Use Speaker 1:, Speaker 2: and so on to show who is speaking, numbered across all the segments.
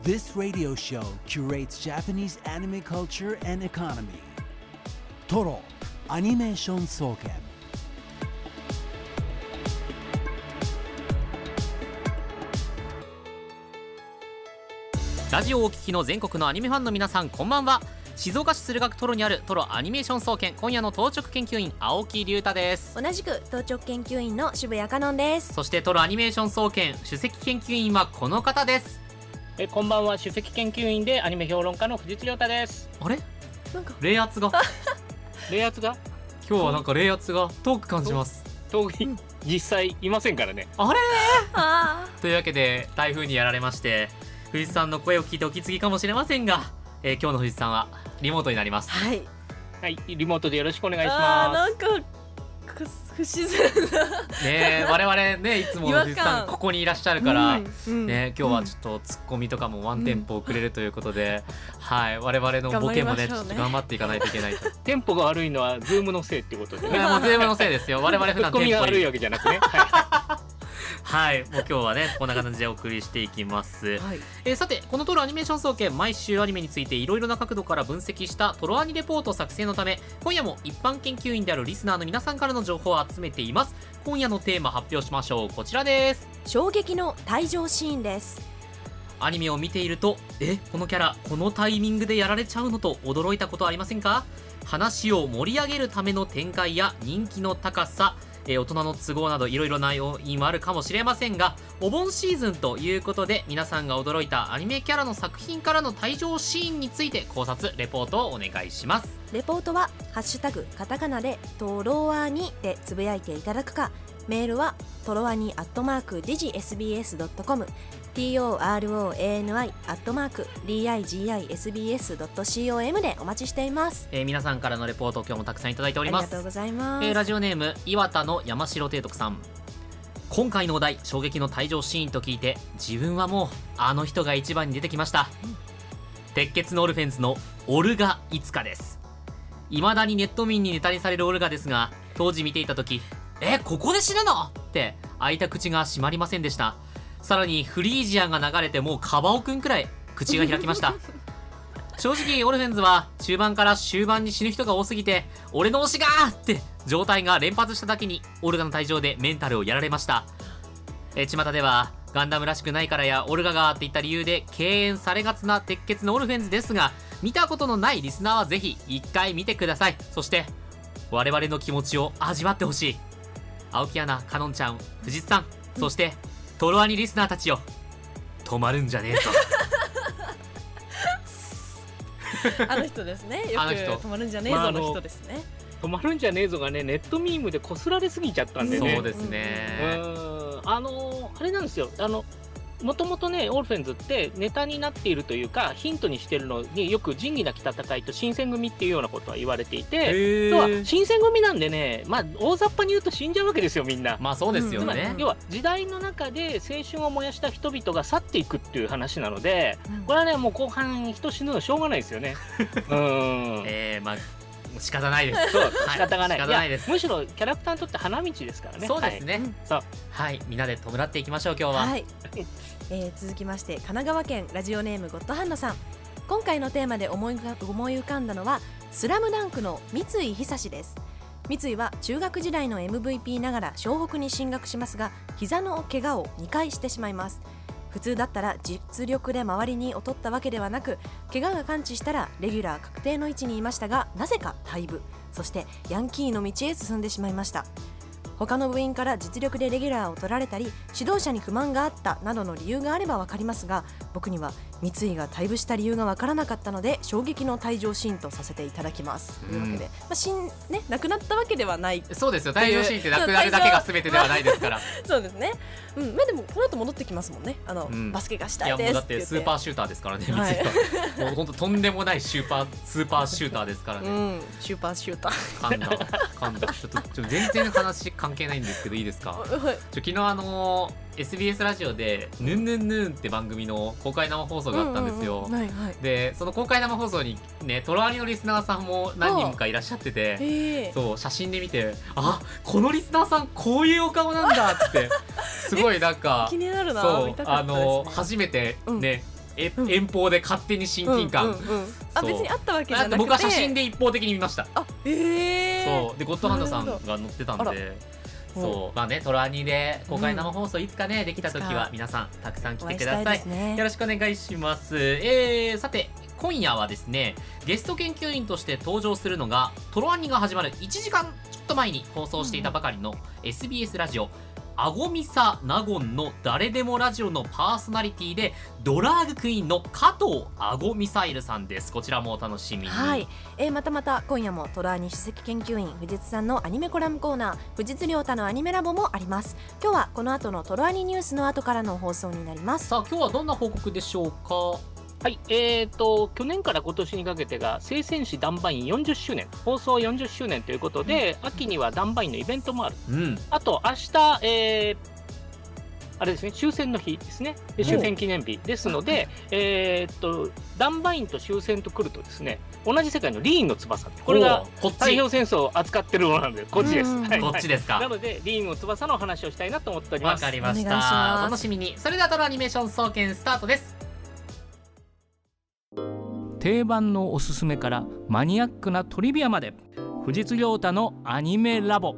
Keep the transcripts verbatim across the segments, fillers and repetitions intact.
Speaker 1: This radio show curates Japanese anime culture and economy. Toro Animation Souken。
Speaker 2: ラジオをお聞きの全国のアニメファンの皆さん、こんばんは。静岡市駿河区トロにあるトロアニメーション総研、今夜の当直研究員青木隆太です。
Speaker 3: 同じく当直研究員の渋谷香音です。
Speaker 2: そしてトロアニメーション総研首席研究員はこの方です。
Speaker 4: えこんばんは、首席研究員でアニメ評論家の藤津亮太です。
Speaker 2: あれ
Speaker 3: なんか
Speaker 2: 冷圧が
Speaker 4: 冷圧が
Speaker 2: 今日はなんか冷圧が遠く感じます。
Speaker 4: 遠い、うん、実際いませんからね。
Speaker 2: あれ
Speaker 3: あ
Speaker 2: というわけで台風にやられまして藤津さんの声を聞いてお気づきかもしれませんが、えー、今日の藤津さんはリモートになります。
Speaker 3: はい
Speaker 4: はい、リモートでよろしくお願いします。
Speaker 3: あーなんか不自然な
Speaker 2: ね我々ねいつも藤津さんここにいらっしゃるから、うんうん、ね今日はちょっとツッコミとかもワンテンポ遅れるということで、うん、はい我々のボケも ね, ねちょっと頑張っていかないといけないと。
Speaker 4: テンポが悪いのはズームのせいってことで、ね、
Speaker 2: いやもうズームのせいですよ。我々普段テンポ
Speaker 4: ツッコミが悪いわけじゃなくね。はい
Speaker 2: はい、もう今日はねこんな感じでお送りしていきます、はい。えー、さてこのトロアニメーション総研、毎週アニメについていろいろな角度から分析したトロアニレポート作成のため、今夜も一般研究員であるリスナーの皆さんからの情報を集めています。今夜のテーマ発表しましょう。こちらです。
Speaker 3: 衝撃の退場シーンです。
Speaker 2: アニメを見ていると、えこのキャラこのタイミングでやられちゃうのと驚いたことありませんか？話を盛り上げるための展開や人気の高さ、えー、大人の都合などいろいろな要因もあるかもしれませんが、お盆シーズンということで皆さんが驚いたアニメキャラの作品からの退場シーンについて考察レポートをお願いします。
Speaker 3: レポートはハッシュタグカタカナでトロワニでつぶやいていただくか、メールはトロワニアットマークディジエスビーエスドットコム トロアットマークディーアイジーアイエスビーエスドットコム でお待ちしています。
Speaker 2: えー、皆さんからのレポート今日もたくさんいただいております。
Speaker 3: ありがとうございます。
Speaker 2: えー、ラジオネーム岩田の山城提督さん、今回のお題衝撃の退場シーンと聞いて自分はもうあの人が一番に出てきました、うん、鉄血のオルフェンズのオルガいつかです。未だにネット民にネタにされるオルガですが、当時見ていた時えここで死ぬのって開いた口が閉まりませんでした。さらにフリージアンが流れてもうカバオくんくらい口が開きました正直オルフェンズは中盤から終盤に死ぬ人が多すぎて俺の推しがーって状態が連発しただけにオルガの退場でメンタルをやられました。え巷ではガンダムらしくないからやオルガがっていった理由で敬遠されがちな鉄血のオルフェンズですが、見たことのないリスナーはぜひ一回見てください。そして我々の気持ちを味わってほしい。青木アナ、カノンちゃん、藤津さん、そしてトロアニリスナーたちよ、止まるんじゃね
Speaker 3: えぞあの人ですね。よく止まるんじゃねえぞの人ですね。
Speaker 4: 止まるんじゃねえぞがね、ネットミームでこすられすぎちゃったんでね。
Speaker 2: そうですね。
Speaker 4: うんあのあれなんですよ、あのもともとねオルフェンズってネタになっているというかヒントにしてるのによく仁義なき戦いと新選組っていうようなことは言われていて、要は新選組なんでね、まあ大雑把に言うと死んじゃうわけですよみんな。
Speaker 2: まあそうですよね、
Speaker 4: つまり要は時代の中で青春を燃やした人々が去っていくっていう話なので、うん、これはねもう後半人死ぬのしょうがないですよねうん
Speaker 2: えーまあ仕方ないです。
Speaker 4: そう仕方がない、
Speaker 2: はい、仕方ないです。
Speaker 4: むしろキャラクターにとって花道ですからね。
Speaker 2: そうですね、
Speaker 4: はい、そう
Speaker 2: はいみんなで弔っていきましょう今日は。
Speaker 3: はいえー、続きまして神奈川県ラジオネームゴッドハンナさん、今回のテーマで思い思い浮かんだのはスラムダンクの三井久志です。三井は中学時代の エムブイピー ながら湘北に進学しますが、膝の怪我をにかいしてしまいます。普通だったら実力で周りに劣ったわけではなく、怪我が完治したらレギュラー確定の位置にいましたが、なぜか退部、そしてヤンキーの道へ進んでしまいました。他の部員から実力でレギュラーを取られたり指導者に不満があったなどの理由があれば分かりますが、僕には三井が退部した理由が分からなかったので衝撃の退場シーンとさせていただきます、というわけで、まあ死んね、亡くなったわけではない。
Speaker 2: そうですよ、退場シーンって亡くなるだけが全てではないですから
Speaker 3: そうですね、うんまあ、でもこの後戻ってきますもんね。あの、うん、バスケがしたいですって言って。いやもうだって
Speaker 2: スーパーシューターですからね、三井は、はい、もう本当とんでもないスーパースーパーシューターですからね、うん、
Speaker 3: スーパーシューター
Speaker 2: 噛んだ噛んだちょっとちょっと全然話関係ないんですけどいいですか。ちょ昨日あのーエスビーエス ラジオでヌンヌンヌンって番組の公開生放送があったんですよ、うんうんうんはいはい、でその公開生放送にねトロアニのリスナーさんも何人かいらっしゃってて、そう写真で見て、あこのリスナーさんこういうお顔なんだってすごいなんか
Speaker 3: 気になるな、
Speaker 2: そう
Speaker 3: 見たかったですね。
Speaker 2: あの初めてね、うんえ、
Speaker 3: うん
Speaker 2: 遠方で勝手に親近感、
Speaker 3: うんうんうん、あ
Speaker 2: そう
Speaker 3: 別にあったわけじゃなくて、
Speaker 2: 僕は写真で一方的に見ました。
Speaker 3: あえー、
Speaker 2: そうでゴッドハンドさんが載ってたん
Speaker 3: あら
Speaker 2: で、そうまあねトロアニで公開生放送いつかね、できた時は皆さんたくさん来てください。
Speaker 3: ね、
Speaker 2: よろしくお願いします。えー、さて今夜はですねゲスト研究員として登場するのがトロアニが始まるいちじかんちょっと前に放送していたばかりの エスビーエス ラジオアゴミサナゴンの誰でもラジオのパーソナリティでドラァグクイーンの加藤アゴミサイルさんです。こちらもお楽しみに。
Speaker 3: はい、えー、またまた今夜もトロアニ首席研究員藤津さんのアニメコラムコーナー藤津亮太のアニメラボもあります。今日はこの後のトロアニニュースの後からの放送になります。
Speaker 2: さあ今日はどんな報告でしょうか。
Speaker 4: はい、えーと、去年から今年にかけてが聖戦士ダンバインよんじゅっしゅうねん、放送よんじゅっしゅうねんということで、うん、秋にはダンバインのイベントもある。
Speaker 2: うん、
Speaker 4: あと、明日、えー、あれですね、終戦の日ですね、終戦記念日ですので、えーと、ダンバインと終戦と来るとですね、同じ世界のリーンの翼、これが太平洋戦争を扱ってるものなので、こっちです。はい、
Speaker 2: こっちですか。
Speaker 4: なので、リーンの翼のお話をしたいなと思っております。
Speaker 2: わかりました。楽しみに。それではトロアニメーション総研スタートです。
Speaker 5: 定番のおすすめからマニアックなトリビアまで、藤津亮太のアニメラボ。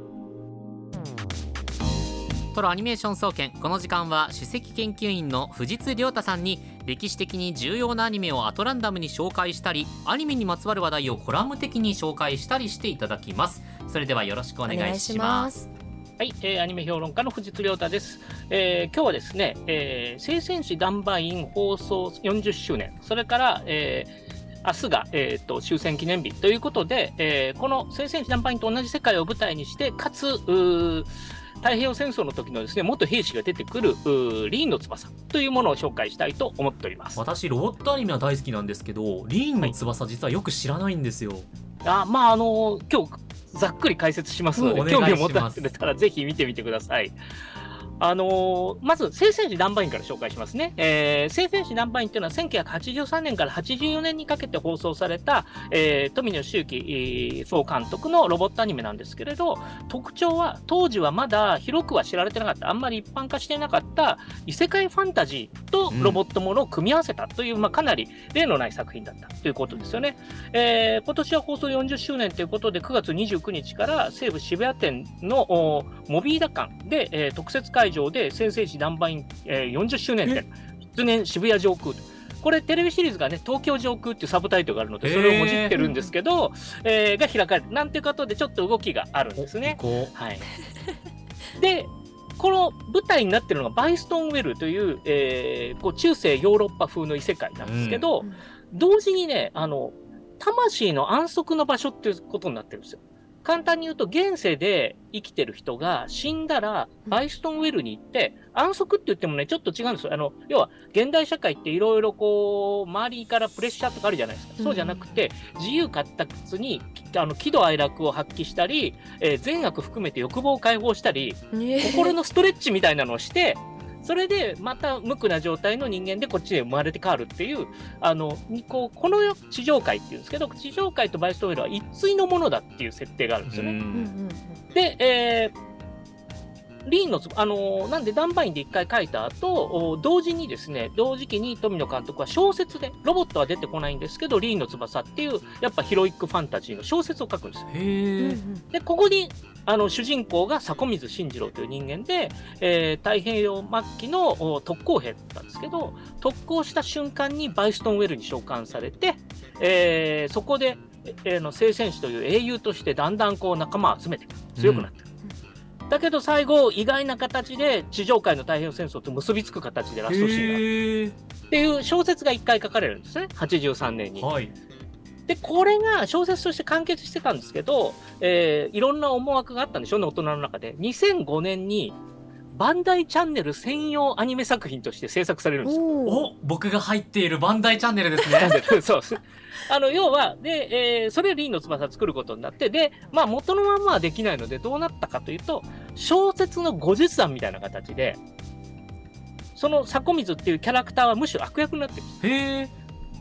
Speaker 2: トロアニメーション総研、この時間は首席研究員の藤津亮太さんに歴史的に重要なアニメをアトランダムに紹介したり、アニメにまつわる話題をコラム的に紹介したりしていただきます。それではよろしくお願いします。
Speaker 4: はい、えー、アニメ評論家の藤津亮太です。えー、今日はですね、えー、聖戦士ダンバイン放送よんじゅっしゅうねん、それから、えー明日が、えー、と終戦記念日ということで、えー、この聖戦士ダンバインと同じ世界を舞台にして、かつ太平洋戦争の時のですね元兵士が出てくるリーンの翼というものを紹介したいと思っております。
Speaker 2: 私ロボットアニメは大好きなんですけど、リーンの翼、はい、実はよく知らないんですよ。
Speaker 4: あまああの今日ざっくり解説しますので、興味を持たれたらぜひ見てみてください。あのー、まず聖戦士ダンバインから紹介しますね。えー、聖戦士ダンバインというのはせんきゅうひゃくはちじゅうさんねんからはちじゅうよねんにかけて放送された、えー、富野周樹総監督のロボットアニメなんですけれど、特徴は当時はまだ広くは知られてなかった、あんまり一般化していなかった異世界ファンタジーとロボットものを組み合わせたという、うんまあ、かなり例のない作品だったということですよね。えー、今年は放送よんじゅっしゅうねんということで、くがつにじゅうくにちから西武渋谷店のモビーダ館で、えー、特設会場で聖戦士ダンバイン、えー、よんじゅっしゅうねん展出年渋谷上空、これテレビシリーズがね東京上空っていうサブタイトルがあるので、それをもじってるんですけど、えー、が開かれるなんていうことでちょっと動きがあるんですね。はい、でこの舞台になってるのがバイストンウェルという、えー、こう中世ヨーロッパ風の異世界なんですけど、うん、同時にねあの魂の安息の場所っていうことになってるんですよ。簡単に言うと、現世で生きてる人が死んだらバイストンウェルに行って安息って言ってもねちょっと違うんですよ。あの要は現代社会っていろいろこう周りからプレッシャーとかあるじゃないですか、うん、そうじゃなくて自由闊達にあの喜怒哀楽を発揮したり、えー、善悪含めて欲望を解放したり、心のストレッチみたいなのをして、それでまた無垢な状態の人間でこっちで生まれて変わるっていう、あのこうこの地上界っていうんですけど、地上界とバイストンウェルは一対のものだっていう設定があるんですよね。で、えー、リーンのあのなんでダンバインで一回書いた後、同時にですね同時期に富野監督は小説で、ロボットは出てこないんですけどリーンの翼っていうやっぱヒロイックファンタジーの小説を書くんですよ。
Speaker 2: へー。
Speaker 4: でここにあの主人公が迫水慎次郎という人間で、えー、太平洋末期の特攻兵だったんですけど、特攻した瞬間にバイストンウェルに召喚されて、えー、そこで、えー、の聖戦士という英雄としてだんだんこう仲間を集めて強くなってる、うん、だけど最後意外な形で地上界の太平洋戦争と結びつく形でラストシーンがあるっていう小説がいっかい書かれるんですね、はちじゅうさんねんに。はい。でこれが小説として完結してたんですけど、えー、いろんな思惑があったんでしょうね、大人の中で。にせんごねんにバンダイチャンネル専用アニメ作品として制作されるんですよ。
Speaker 2: お、僕が入っているバンダイチャンネルですね。
Speaker 4: そうあの要はで、えー、それでリーンの翼作ることになって、で、まあ、元のままはできないのでどうなったかというと、小説の後日談みたいな形で、その迫水っていうキャラクターはむしろ悪役になってるんです。
Speaker 2: へー。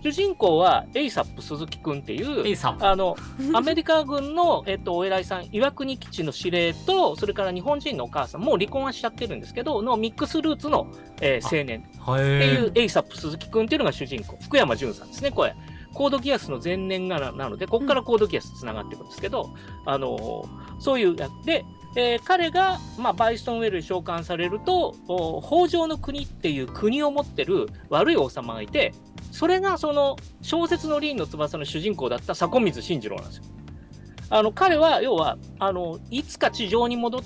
Speaker 4: 主人公はエイサップ鈴木くんっていう
Speaker 2: エイサップ
Speaker 4: あのアメリカ軍の、えっと、お偉いさん、岩国基地の司令と、それから日本人のお母さん、もう離婚はしちゃってるんですけど、のミックスルーツの、えー、青年っていうエイサップ鈴木くんっていうのが主人公、福山潤さんですね、これ。コードギアスの前年が な, なので、ここからコードギアスつながっていくんですけど、うん、あのそういう役で、えー、彼が、まあ、バイストンウェルに召喚されると、北条の国っていう国を持ってる悪い王様がいて、それがその小説の凛の翼の主人公だった迫水慎次郎なんですよ。あの彼は要はあのいつか地上に戻って、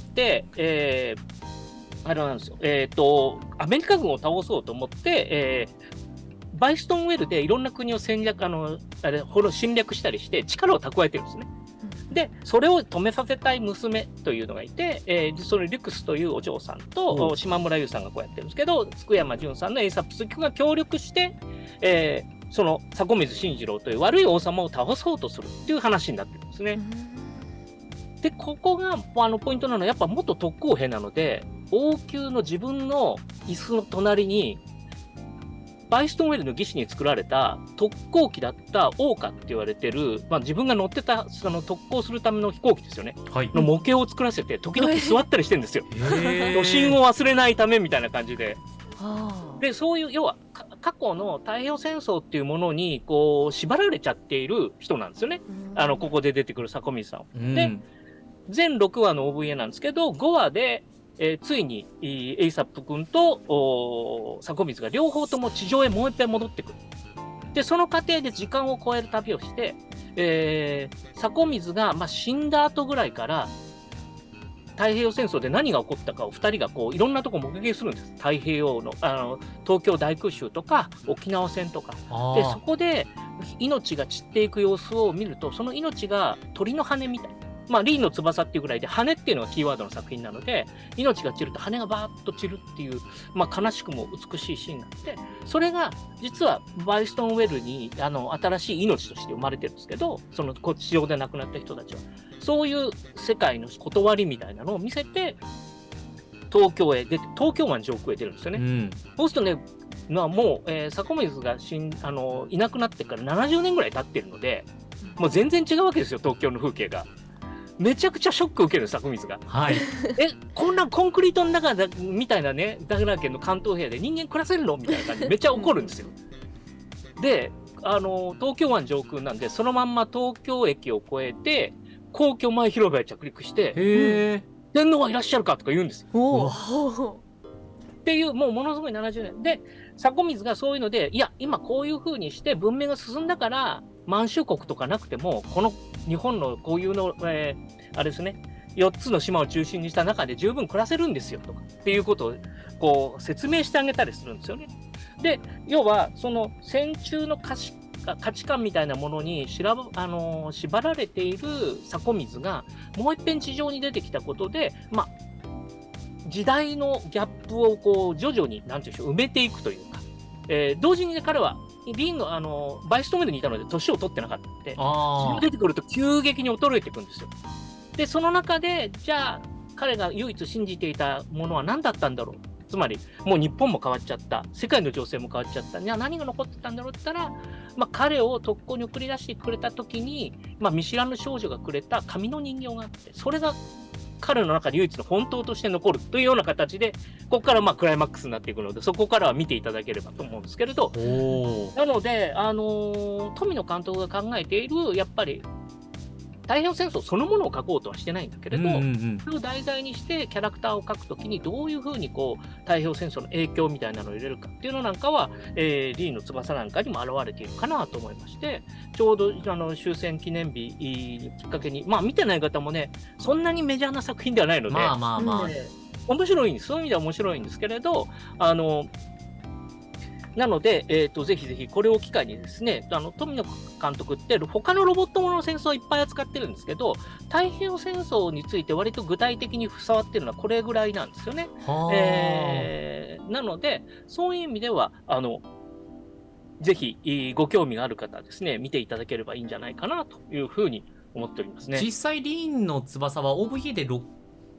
Speaker 4: えー、あれなんですよ、えーと、アメリカ軍を倒そうと思って、えー、バイストンウェルでいろんな国を戦略あのあれ侵略したりして力を蓄えてるんですね。でそれを止めさせたい娘というのがいて、えー、そのリュクスというお嬢さんと島村優さんがこうやってるんですけど、福山潤さんのエイサップ鈴木が協力して、えー、その迫水慎次郎という悪い王様を倒そうとするっていう話になってるんですね。でここがあのポイントなのは、やっぱ元特攻兵なので、王宮の自分の椅子の隣にバイストンウェルの技師に作られた特攻機だったオーカって言われてる、まあ、自分が乗ってたその特攻するための飛行機ですよね、はい、の模型を作らせて時々座ったりしてるんですよ。余震を忘れないためみたいな感じで。でそういう要は過去の太平洋戦争っていうものにこう縛られちゃっている人なんですよね、あのここで出てくる迫水さんは。で全ろくわの オーブイエー なんですけど、ごわでえー、ついにエイサップ君と迫水が両方とも地上へもう一遍戻ってくる。でその過程で時間を超える旅をして、えー、迫水が、まあ、死んだ後ぐらいから太平洋戦争で何が起こったかをふたりがこういろんなとこ目撃するんです。太平洋 の, あの東京大空襲とか沖縄戦とかで、そこで命が散っていく様子を見ると、その命が鳥の羽みたいな、まあ、リーの翼っていうぐらいで、羽っていうのがキーワードの作品なので、命が散ると羽がバーッと散るっていう、まあ、悲しくも美しいシーンがあって、それが実はバイストンウェルにあの新しい命として生まれてるんですけど、その地上で亡くなった人たちはそういう世界の断りみたいなのを見せて東京へ出て、東京湾上空へ出るんですよね、うん、そうするとね、まあ、もう、えー、迫水が死んあのいなくなってからななじゅうねんぐらい経ってるので、もう全然違うわけですよ、東京の風景が。めちゃくちゃショック受けるんです、迫水が。はい、え、こんなコンクリートの中だみたいなね、だらけの関東平野で人間暮らせるのみたいな感じでめっちゃ怒るんですよ。で、あの東京湾上空なんで、そのまんま東京駅を越えて皇居前広場へ着陸して、へー、天皇はいらっしゃるかとか言うんですよ。おーっていう、もうものすごいななじゅうねんで、迫水がそういうので、いや今こういう風にして文明が進んだから満州国とかなくても、この日本の固有の、えー、あれですね、よっつの島を中心にした中で十分暮らせるんですよとかっていうことをこう説明してあげたりするんですよね。で要はその戦中の価値価値観みたいなものにしら、あのー、縛られている迫水がもう一遍地上に出てきたことで、まあ、時代のギャップをこう徐々になんていうんでしょう、埋めていくというか、えー、同時に、ね、彼はリンの、あのバイストンウェルにいたので年を取ってなかったので、地上出てくると急激に衰えていくんですよ。でその中でじゃあ彼が唯一信じていたものは何だったんだろう。つまりもう日本も変わっちゃった、世界の情勢も変わっちゃった、じゃあ何が残ってたんだろうって言ったら、まあ、彼を特攻に送り出してくれた時に、まあ、見知らぬ少女がくれた紙の人形があって、それが彼の中で唯一の本当として残るというような形で、ここからまあクライマックスになっていくので、そこからは見ていただければと思うんですけれど、なので、あのー、富野監督が考えているやっぱり太平洋戦争そのものを描こうとはしてないんだけれど、うんうんうん、それを題材にしてキャラクターを描くときにどういうふうにこう太平洋戦争の影響みたいなのを入れるかっていうのなんかは、えー、リーの翼なんかにも表れているかなと思いまして、ちょうどあの終戦記念日きっかけに、まあ見てない方もね、そんなにメジャーな作品ではないので、まあまあまあ、えー、面白いんです。そういう意味では面白いんですけれど、あのなので、えーと、ぜひぜひこれを機会にですね、あの富野監督って他のロボットものの戦争をいっぱい扱ってるんですけど、太平洋戦争について割と具体的に触ってるのはこれぐらいなんですよね。えー、なのでそういう意味ではあのぜひご興味がある方はですね、見ていただければいいんじゃないかなというふうに思っておりますね。
Speaker 2: 実際リーンの翼は オーブイエー でろ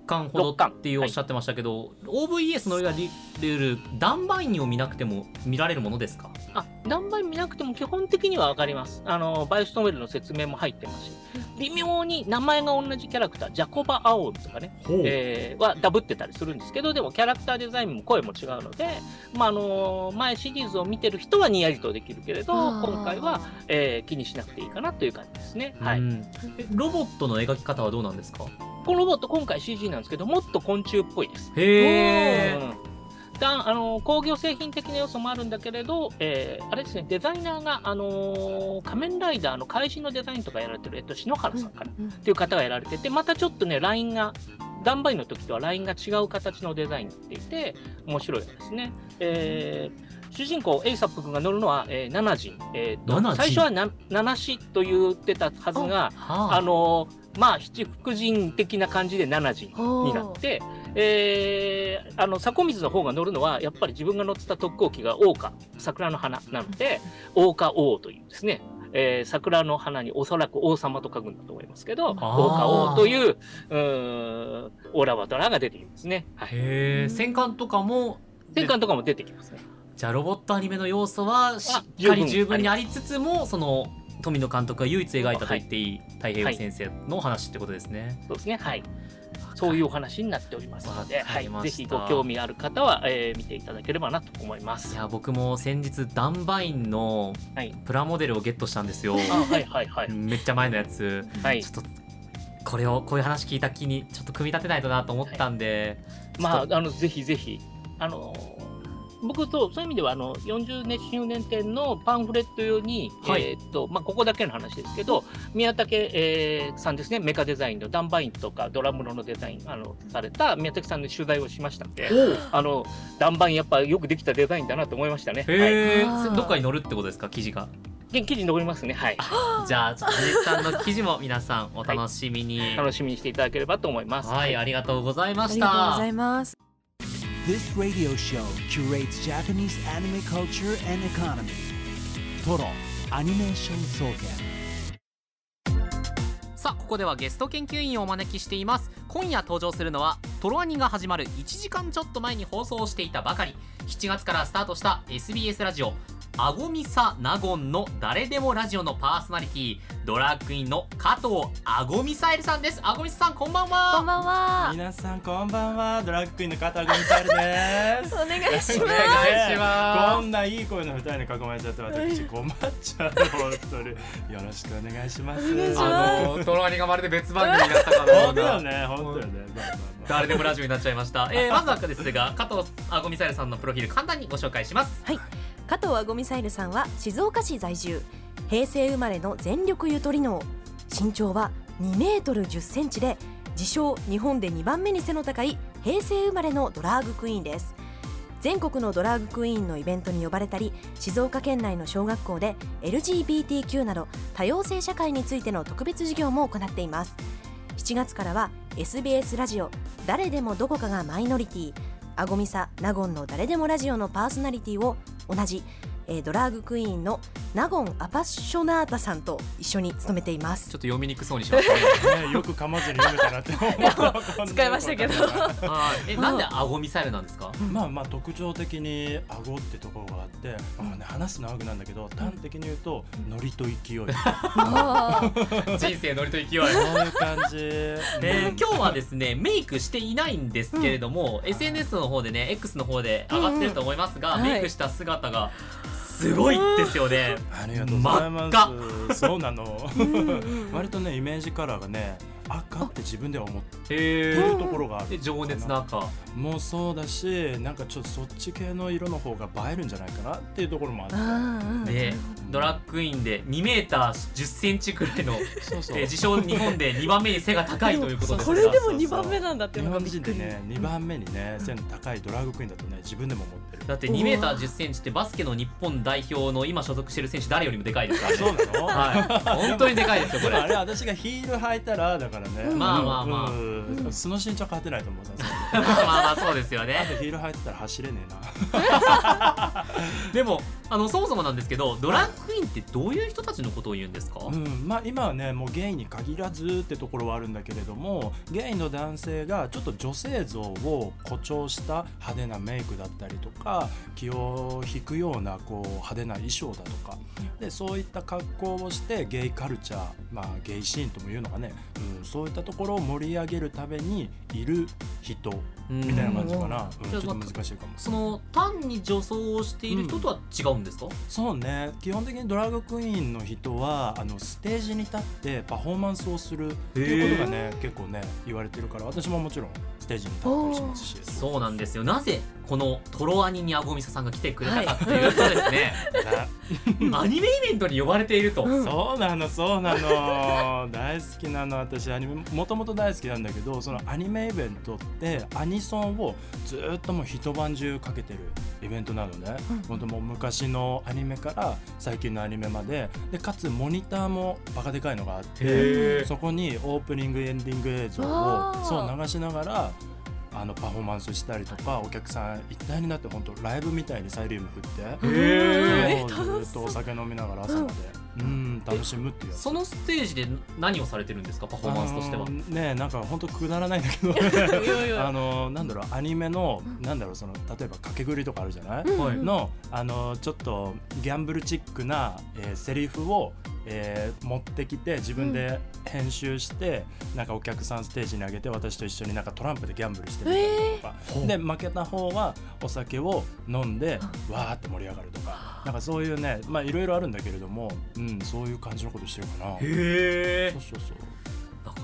Speaker 2: かんほどっていうおっしゃってましたけど、はい、オーブイエス のいわゆるダンバインを見なくても見られるものですか？
Speaker 4: あ、ダンバイン見なくても基本的には分かります。あのバイオスノーベルの説明も入ってますし、微妙に名前が同じキャラクター、ジャコバ・アオーとかね、えー、はダブってたりするんですけど、でもキャラクターデザインも声も違うので、まあ、あの前シリーズを見てる人はにやりとできるけれど、今回は、えー、気にしなくていいかなという感じですね。はい、
Speaker 2: ロボットの描き方はどうなんですか？
Speaker 4: このロボット今回 シージー なんですけど、もっと昆虫っぽいです。
Speaker 2: へー、
Speaker 4: だあの工業製品的な要素もあるんだけれど、えー、あれですね、デザイナーが、あのー、仮面ライダーの怪人のデザインとかやられてる、えっと、篠原さんかな、うんうん、っていう方がやられてて、またちょっとねラインがダンバインの時とはラインが違う形のデザインになっていて面白いですね。えー、主人公エイサップ君が乗るのは、えー、ナナジン、えー、と最初はナナシと言ってたはずが、あ、あのーまあ七福神的な感じでななじになって、えー、あの迫水の方が乗るのはやっぱり自分が乗ってた特攻機が桜花、桜の花なので桜花王というですね、えー、桜の花におそらく王様と書くんだと思いますけど、桜花王という、うーんオーラバトラが出てきますね。はい、
Speaker 2: へー、戦艦とかも
Speaker 4: 戦艦とかも出てきますね。
Speaker 2: じゃあロボットアニメの要素はしっかり十分にありつつも、その富野監督が唯一描いたと言っていい、はい、太平洋先生のお話ってことですね。
Speaker 4: はい、そうですね、はい、そういうお話になっておりますので、はい、ぜひご興味ある方は、えー、見ていただければなと思います。
Speaker 2: いや僕も先日ダンバインのプラモデルをゲットしたんですよ。はい、
Speaker 4: あ、はいはいはい、
Speaker 2: めっちゃ前のやつ、はい、ちょっとこれをこういう話聞いた気にちょっと組み立てないとなと思ったんで、
Speaker 4: はい、まああのぜひぜひあの僕とそういう意味ではあのよんじゅうねんしゅうねん展のパンフレット用に、はい、えーっとまあ、ここだけの話ですけど、宮武、えー、さんですね、メカデザインのダンバインとかドラムロのデザインあのされた宮武さんの取材をしましたので、あのダンバインやっぱよくできたデザインだなと思いましたね。
Speaker 2: へー、はい、どっかに載るってことですか、記事が？
Speaker 4: 記事に載りますね。はい。
Speaker 2: じゃあちょっとジネスさんの記事も皆さんお楽しみに、はい、
Speaker 4: 楽しみにしていただければと思います。
Speaker 2: はい、はい、ありがとうございました。
Speaker 3: ありがとうございます。
Speaker 1: This radio show curates Japanese anime culture and economy. Toro Animation Soken.
Speaker 2: さあここではゲスト研究員をお招きしています。今夜登場するのはトロアニが始まるいちじかんちょっと前に放送していたばかり、しちがつからスタートした エスビーエス ラジオアゴミサナゴンの誰でもラジオのパーソナリティ、ドラッグクイーンの加藤アゴミサイルさんです。アゴミサさんこんばんは。
Speaker 3: こんばんは。
Speaker 6: 皆さんこんばんは。ドラッグクイーンの加藤アゴミサイルです
Speaker 3: お願いします。
Speaker 2: お願いします。
Speaker 6: こんないい声のふたりに囲まれちゃって私困っちゃう本当によろしくお願いします。
Speaker 2: あのトロアニがまるで別番組になったかのような
Speaker 6: 本当よね、本当よね。
Speaker 2: 誰でもラジオになっちゃいました。えー、まずはですが加藤アゴミサイルさんのプロフィール簡単にご紹介します。
Speaker 3: はい、加藤アゴミサイルさんは静岡市在住、平成生まれの全力ゆとり脳、身長はにメートルじゅっセンチで自称日本でにばんめに背の高い平成生まれのドラァグクイーンです。全国のドラァグクイーンのイベントに呼ばれたり、静岡県内の小学校で エルジービーティーキュー など多様性社会についての特別授業も行っています。しちがつからは エスビーエス ラジオ誰でもどこかがマイノリティ、アゴミサナゴンの誰でもラジオのパーソナリティを同じ、えー、ドラァグクイーンのナゴンアパッショナータさんと一緒に務めています。
Speaker 2: ちょっと読みにくそうにしましたね
Speaker 6: ね、よく噛まずに読めたなって思
Speaker 3: う使いましたけど
Speaker 2: え、なんでアゴミサイルなんですか？
Speaker 6: まあまあ特徴的に顎ってところがあって、まあね、話すの長くなんだけど端的に言うとノリと勢い
Speaker 2: 人生ノリと勢い
Speaker 6: そういう感じ、
Speaker 2: えー、今日はですねメイクしていないんですけれども、うん、エスエヌエス の方でね X の方で上がってると思いますが、うんうん、メイクした姿がすごいですよね。
Speaker 6: ありがとうございます。真っ赤そうなの割とねイメージカラーがね赤って自分では思ってるところがある。
Speaker 2: 情熱の赤
Speaker 6: もうそうだし、なんかちょっとそっち系の色の方が映えるんじゃないかなっていうところもあって、
Speaker 2: でドラッグクイーンでにメーターじゅっセンチくらいのそうそう、えー、自称日本でにばんめに背が高いということですが、
Speaker 3: これでもにばんめなんだっていうのがびっくり。
Speaker 6: 日本人でねにばんめにね背の高いドラッグクイーンだとね自分でも思ってる。
Speaker 2: だってにメーターじゅっセンチってバスケの日本代表の今所属してる選手誰よりもでかいですからね。
Speaker 6: そうなの？
Speaker 2: はい、本当にでかいですよこれ。
Speaker 6: あれ私がヒール履いたらだからからね、
Speaker 2: うん、まあまあまあ、
Speaker 6: うん、素の身長変わってないと思うさ
Speaker 2: まあまあそうですよね。
Speaker 6: あとヒール履いてたら走れねえな
Speaker 2: でもあのそもそもなんですけど、ドラッグインってどういう人たちのことを言うんですか？
Speaker 6: うん、まあ今はねもうゲイに限らずってところはあるんだけれども、ゲイの男性がちょっと女性像を誇張した派手なメイクだったりとか、気を引くようなこう派手な衣装だとかで、そういった格好をしてゲイカルチャー、まあゲイシーンともいうのがね、うん、そういったところを盛り上げるためにいる人みたいな感じかな、うん、ちょっと難しいかも。
Speaker 2: その単に女装をしている人とは違うんですか？うん、
Speaker 6: そうね、基本的にドラッグクイーンの人はあのステージに立ってパフォーマンスをするっていうことがね結構ね言われてるから、私ももちろんステージに立ったりしますし。
Speaker 2: そうなんですよ。なぜこのトロアニにあごみささんが来てくれたかっていうとですね、はい、アニメイベントに呼ばれていると、うん、
Speaker 6: そうなのそうなの大好きなの。私アニメもともと大好きなんだけど、そのアニメイベントってアニソンをずっともう一晩中かけてるイベントなのね、うん、本当もう昔のアニメから最近のアニメまで、でかつモニターもバカでかいのがあって、そこにオープニングエンディング映像をそう流しながらあのパフォーマンスしたりとか、お客さん一体になって本当ライブみたいにサイリウム振ってへずっとお酒飲みながら朝まで、うん、うん楽しむっていうやつ。
Speaker 2: そのステージで何をされてるんですか、パフォーマンスとしては。
Speaker 6: ね、なんか本当くだらないんだけどあのなんだろう、アニメのなんだろう、その例えば掛け繰りとかあるじゃない、うん、のあのちょっとギャンブルチックな、えー、セリフをえー、持ってきて自分で編集して、うん、なんかお客さんステージに上げて私と一緒になんかトランプでギャンブルしてみたりとか、えー、で負けた方はお酒を飲んでわーって盛り上がるとか、なんかそういうね、まあいろいろあるんだけれども、うん、そういう感じのことしてるかな。へ
Speaker 2: え。
Speaker 6: そうそうそう。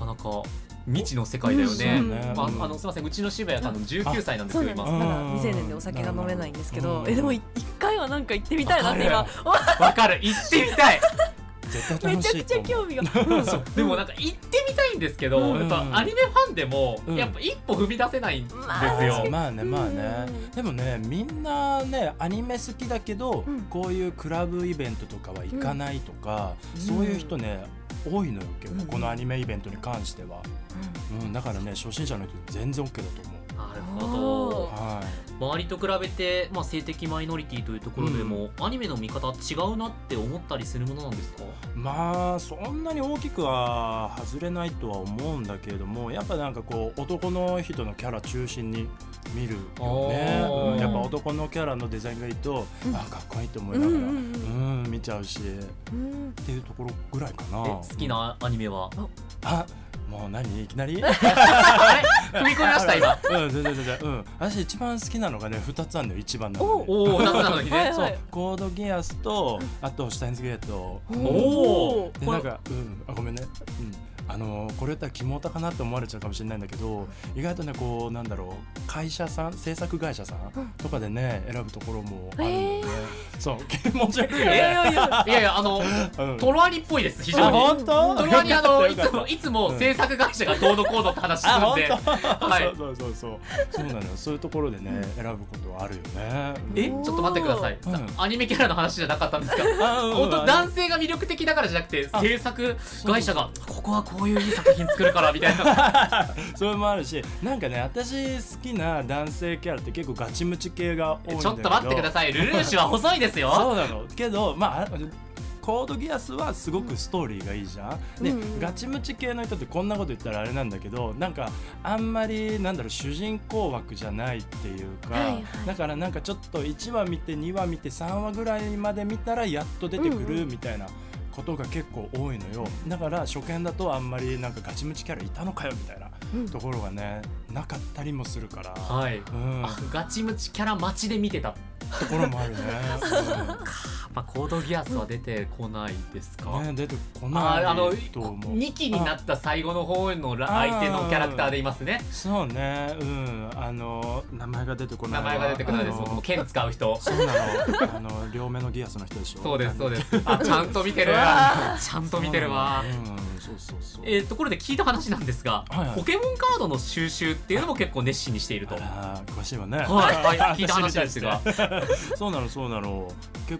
Speaker 2: なかなか未知の世界だよね。
Speaker 6: うんね、
Speaker 2: まあ、あのすみません、うちの渋谷さんのじゅうきゅうさいなんですよ今。
Speaker 3: まだ未成年でお酒が飲めないんですけど、えでも一回はなんか行ってみたいなって今。
Speaker 2: わかる、行ってみたい。
Speaker 6: 絶対楽しいと思う。
Speaker 3: めちゃくちゃ興味が、
Speaker 2: うん、そうでもなんか行ってみたいんですけど、うん、やっぱアニメファンでも、うん、やっぱ一歩踏み出せないんですよ。
Speaker 6: まあねまあね、うん、でもねみんなねアニメ好きだけど、うん、こういうクラブイベントとかは行かないとか、うん、そういう人ね多いのよ結構、うん、このアニメイベントに関しては、うんうん、だからね初心者の人全然 OK だと思う。
Speaker 2: なるほど、はい、周りと比べて、まあ、性的マイノリティというところでも、うん、アニメの見方違うなって思ったりするものなんですか？
Speaker 6: まあそんなに大きくは外れないとは思うんだけれども、やっぱなんかこう男の人のキャラ中心に見るよね、うん、やっぱ男のキャラのデザインがいいと、うん、あかっこいいと思いながら、うんうんうん、見ちゃうし、うん、っていうところぐらいかな。
Speaker 2: 好きなアニメは？
Speaker 6: あもう何いきなり
Speaker 2: 踏み込みました今。
Speaker 6: うん全然全然、うん、私一番好きなのがねふたつあるのよ。一番なのに
Speaker 2: おおふたつなのにね
Speaker 6: そうコードギアスとあとシュタインズゲート。おおでなんかうんあごめんね、うんあのこれ言ったらキモタかなって思われちゃうかもしれないんだけど、意外とねこうなんだろう会社さん制作会社さんとかでね選ぶところもあるので、えー、そう気持ち悪いよね。いやいや
Speaker 2: いやいやあの、うん、トロアニっぽいです非常に。
Speaker 6: 本当？
Speaker 2: トロアニあのいつもいつも制作会社がどうのこうのって話するんで、
Speaker 6: はい、そうそうそうそうなのよ。そういうところでね選ぶことはあるよね。
Speaker 2: えちょっと待ってください、うん、アニメキャラの話じゃなかったんですか？本当男性が魅力的だからじゃなくて制作会社がここはこういういい作品作るからみたいな
Speaker 6: それもあるし、なんかね私好きな男性キャラって結構ガチムチ系が多いんだけど。
Speaker 2: ちょっと待ってください、ルルーシュは細いですよ
Speaker 6: そうなのけどまあコードギアスはすごくストーリーがいいじゃん、で、うん、ガチムチ系の人ってこんなこと言ったらあれなんだけど、なんかあんまりなんだろう主人公枠じゃないっていうか、はいはい、だからなんかちょっといちわ見てにわ見てさんわぐらいまで見たらやっと出てくるみたいな、うんうんことが結構多いのよ。だから初見だとあんまりなんかガチムチキャラいたのかよみたいなところがね、うん、なかったりもするから、
Speaker 2: はい、うん、あガチムチキャラ待ちで見てた
Speaker 6: ところもあるね
Speaker 2: まあ、コードギアスは出てこないですか、
Speaker 6: ね、出てこない
Speaker 2: ああのにきになった最後の方の相手のキャラクターでいますね。
Speaker 6: そうね、うん、あの名前が出てこない。
Speaker 2: 名前が出てこないです。僕も剣使う人。
Speaker 6: そうなの。あの両目のギアスの人でしょ。
Speaker 2: そうですそうです。あちゃんと見てる。ちゃんと見てるわ。うん、そうそうそう。えー、ところで聞いた話なんですが、はいはい、ポケモンカードの収集っていうのも結構熱心にしていると。
Speaker 6: あ詳しいわね。
Speaker 2: はい、はい、聞いた話ですが。
Speaker 6: そうなのそうなの。結構ね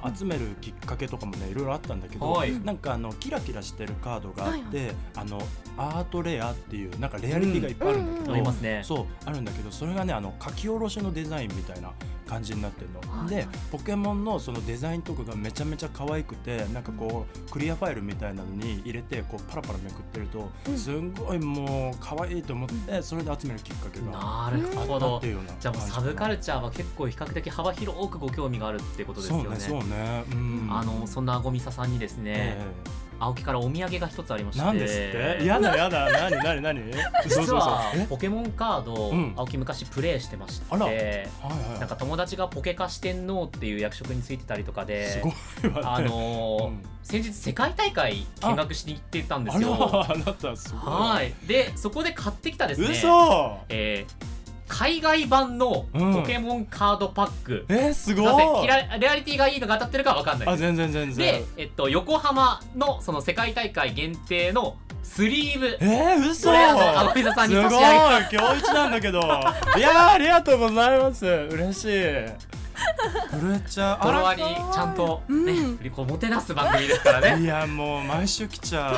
Speaker 6: あ集めるきっかけとかもねいろいろあったんだけど、
Speaker 2: はい
Speaker 6: なんかあのキラキラしてるカードがあって、
Speaker 3: はいは
Speaker 6: あのアートレアっていうなんかレアリティがいっぱいあるんだけど、
Speaker 2: ありますね。
Speaker 6: そうあるんだけど、それがねあの書き下ろしのデザインみたいな感じになってるの、
Speaker 3: はい
Speaker 6: でポケモンのそのデザインとかがめちゃめちゃ可愛くて、なんかこうクリアファイルみたいなのに入れてこうパラパラめくってると、
Speaker 3: うん
Speaker 6: すんごいもう可愛いと思って、それで集めるきっかけが
Speaker 2: なるほ
Speaker 6: あった
Speaker 2: ど
Speaker 6: っていうような感
Speaker 2: じゃあもうサブカルチャーは結構比較的幅広くご興味があるってことですよね。
Speaker 6: そうねそうね、うん、
Speaker 2: あのそんなあごみささんにですね、
Speaker 6: え
Speaker 2: 青木からお土産が一つありまして、
Speaker 6: えなんですってやだやだ何何何
Speaker 2: 実は
Speaker 6: え
Speaker 2: ポケモンカード、
Speaker 6: うん
Speaker 2: 青木昔プレイしてまして、
Speaker 6: あらはいはい
Speaker 2: なんか友達がポケカ四天王っていう役職についてたりとかです
Speaker 6: ごいわね
Speaker 2: あのー
Speaker 6: うん
Speaker 2: 先日世界大会見学しに行ってたんですよ。
Speaker 6: あらあなたすごい
Speaker 2: はいでそこで買ってきたですね、
Speaker 6: 嘘
Speaker 2: えー海外版のポケモンカードパック、
Speaker 6: えー、すごい
Speaker 2: すいませんキラレアリティがいいのが当たってるかわかんない
Speaker 6: あ
Speaker 2: です。
Speaker 6: 全然全然
Speaker 2: で、えっと、横浜のその世界大会限定のスリーブ、
Speaker 6: えー、嘘
Speaker 2: それあの青木さんに差し上げます
Speaker 6: すごい今日一なんだけどいやーありがとうございます嬉しい震えちゃう
Speaker 2: フォロワーにちゃんとね、
Speaker 3: うん
Speaker 2: こうもてなす番組ですからね
Speaker 6: いやもう毎週来ちゃう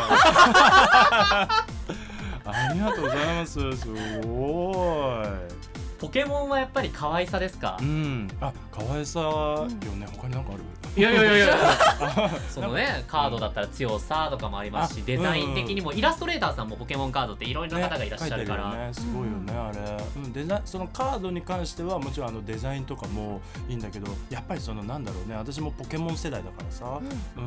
Speaker 6: ありがとうございますすごい
Speaker 2: ポケモンはやっぱり可愛さですか
Speaker 6: う？んあ可愛さよね、他になんかある
Speaker 2: いやいやいやいやそのねカードだったら強さとかもありますし、
Speaker 6: あ
Speaker 2: デザイン的にもイラストレーターさんもポケモンカードっていろいろな方がいらっしゃるから、
Speaker 6: ね、書いてるよねすごいよね、あれ、うん、デザそのカードに関してはもちろんあのデザインとかもいいんだけど、やっぱりそのなんだろうね、私もポケモン世代だからさ、うん、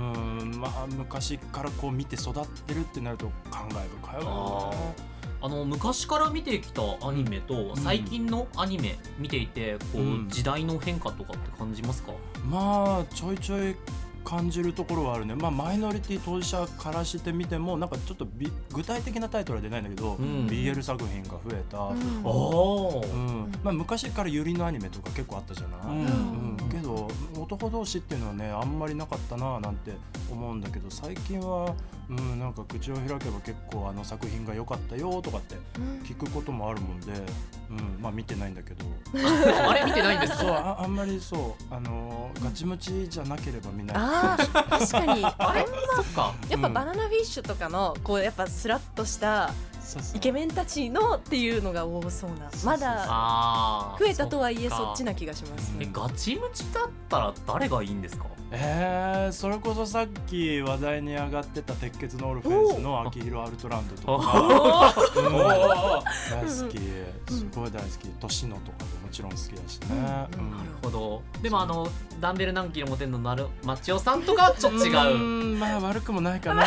Speaker 6: んまあ昔からこう見て育ってるってなると感慨深いよね。
Speaker 2: あの昔から見てきたアニメと最近のアニメ見ていてこう、
Speaker 6: うん、
Speaker 2: 時代の変化とかって感じますか？
Speaker 6: まあちょいちょい感じるところはあるね。まあマイノリティ当事者からしてみてもなんかちょっとビ具体的なタイトルは出ないんだけど、うん、ビーエル 作品が増えた、うん
Speaker 2: お
Speaker 6: うんまあ、昔からユリのアニメとか結構あったじゃない、うんうん、けど男同士っていうのはねあんまりなかったななんて思うんだけど、最近は、うん、なんか口を開けば結構あの作品が良かったよとかって聞くこともあるもんで、うん、まあ見てないんだけど
Speaker 2: あれ見てないんですか？
Speaker 6: そう あ, あんまりそうあのガチムチじゃなければ見ない。
Speaker 3: あー確かに
Speaker 2: あれそっか
Speaker 3: やっぱバナナフィッシュとかのこうやっぱスラッとした
Speaker 6: そうそう
Speaker 3: イケメンたちのっていうのが多そうな、まだ
Speaker 2: あ
Speaker 3: 増えたとはいえ
Speaker 2: そっか
Speaker 3: そっちな気がします。
Speaker 2: えガチムチだったら誰がいいんですか？
Speaker 6: えー、それこそさっき話題に上がってた鉄血のオルフェンスの秋広アルトランドとか、うん、大好きすごい大好き、トシノとかももちろん好きだしね、うんうん、
Speaker 2: なるほど。でもあのダンベル何キロ持てんのなるマチオさんとかはちょっと違う、
Speaker 6: うんまあ悪くもないかな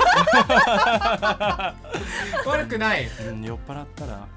Speaker 2: 悪くない、
Speaker 6: うん、酔っ払ったら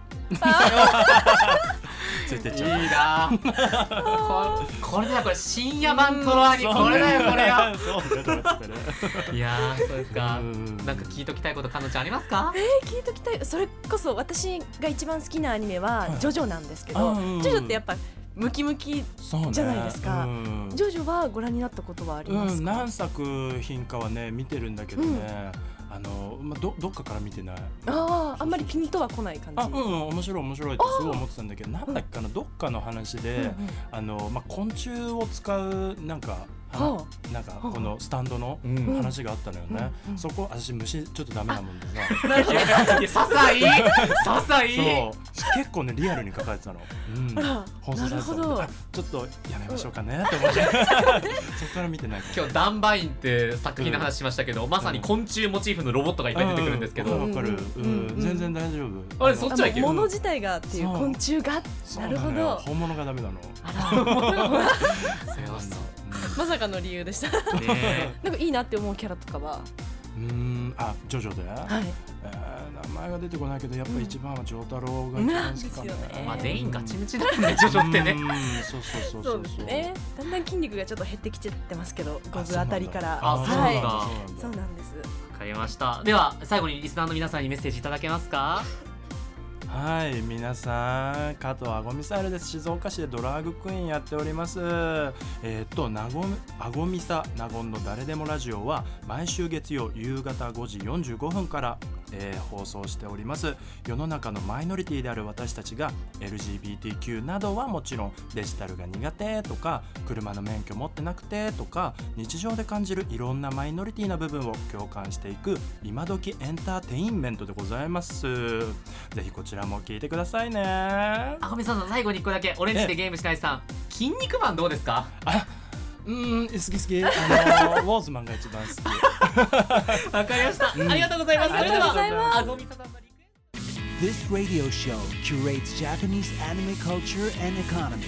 Speaker 6: ついてっちゃう。
Speaker 2: いいなここれだよこれ深夜版トロアニこれだよこれよ
Speaker 6: そうだよとかつってね
Speaker 2: いやーそうですか。
Speaker 6: うん
Speaker 2: なんか聞いときたいことかのちゃんありますか？
Speaker 3: えー、聞いときたい。それこそ私が一番好きなアニメはジョジョなんですけど、
Speaker 6: はい
Speaker 3: ジョジョってやっぱムキムキ
Speaker 6: そうね
Speaker 3: じゃないですか、
Speaker 6: うん、
Speaker 3: ジョジョはご覧になったことはありますか？
Speaker 6: うん、何作品かはね見てるんだけどね、うん、あのまあ、ど, どっかから見てない。
Speaker 3: ああ、あんまりピンとは来ない感じ。
Speaker 6: あ、うん、面白い面白いってすごい思ってたんだけど、なんだっけかな、どっかの話で、
Speaker 3: うんうん、
Speaker 6: あのまあ、昆虫を使うなんかはあ、なんかこのスタンドの話があったのよね、うんうん、そこ私虫ちょっとダメなもんでさ
Speaker 2: いやささいささい
Speaker 6: そう結構ねリアルに書かれてたの、うん、放送されてたのでちょっとやめましょうかねって思ってそこから見てない。
Speaker 2: 今日ダンバインって作品の話しましたけど、うん、まさに昆虫モチーフのロボットがいっぱい出てくるんですけど、
Speaker 6: わ、うん、かる、うんうん、全然大丈夫。
Speaker 2: あれそっちはいける。
Speaker 3: 物自体がっていう昆虫がなるほど。
Speaker 6: 本物がダメなの。
Speaker 3: あら
Speaker 2: ま
Speaker 3: さかの理由でしたね。なんかいいなって思うキャラとかは。
Speaker 6: うーん、あ、ジョジョで、
Speaker 3: はい
Speaker 6: えー、名前が出てこないけどやっぱり一番は丈太郎が一番好きかね、
Speaker 3: うん、
Speaker 2: まあ全員ガチムチだもんねジョジョってね。
Speaker 6: そうそうそう
Speaker 3: そうですね。だんだん筋肉がちょっと減ってきちゃってますけど、ゴズあたりから。
Speaker 2: あ、そうなんだ。
Speaker 3: そうなんです。
Speaker 2: わかりました。では最後にリスナーの皆さんにメッセージいただけますか？
Speaker 6: はい、皆さん加藤あごみサイルです。静岡市でドラァグクイーンやっております。えー、っとなごあごみさなごんの誰でもラジオは毎週月曜夕方ごじよんじゅうごふんからえー、放送しております。世の中のマイノリティである私たちが エルジービーティーキュー などはもちろん、デジタルが苦手とか車の免許持ってなくてとか、日常で感じるいろんなマイノリティな部分を共感していく今時エンターテインメントでございます。ぜひこちらも聞いてくださいね。
Speaker 2: あ、ごめんなさい、最後にいっこだけ。オレンジでゲームしないさん、筋肉マンどうですか？
Speaker 6: あ、うーん、好き好き。あのー、ウォーズマンが一番好き。
Speaker 2: わかりました、うん、ありがとうございます。それではあごみささんのリクエスト。
Speaker 1: This radio show curates Japanese anime culture and economy.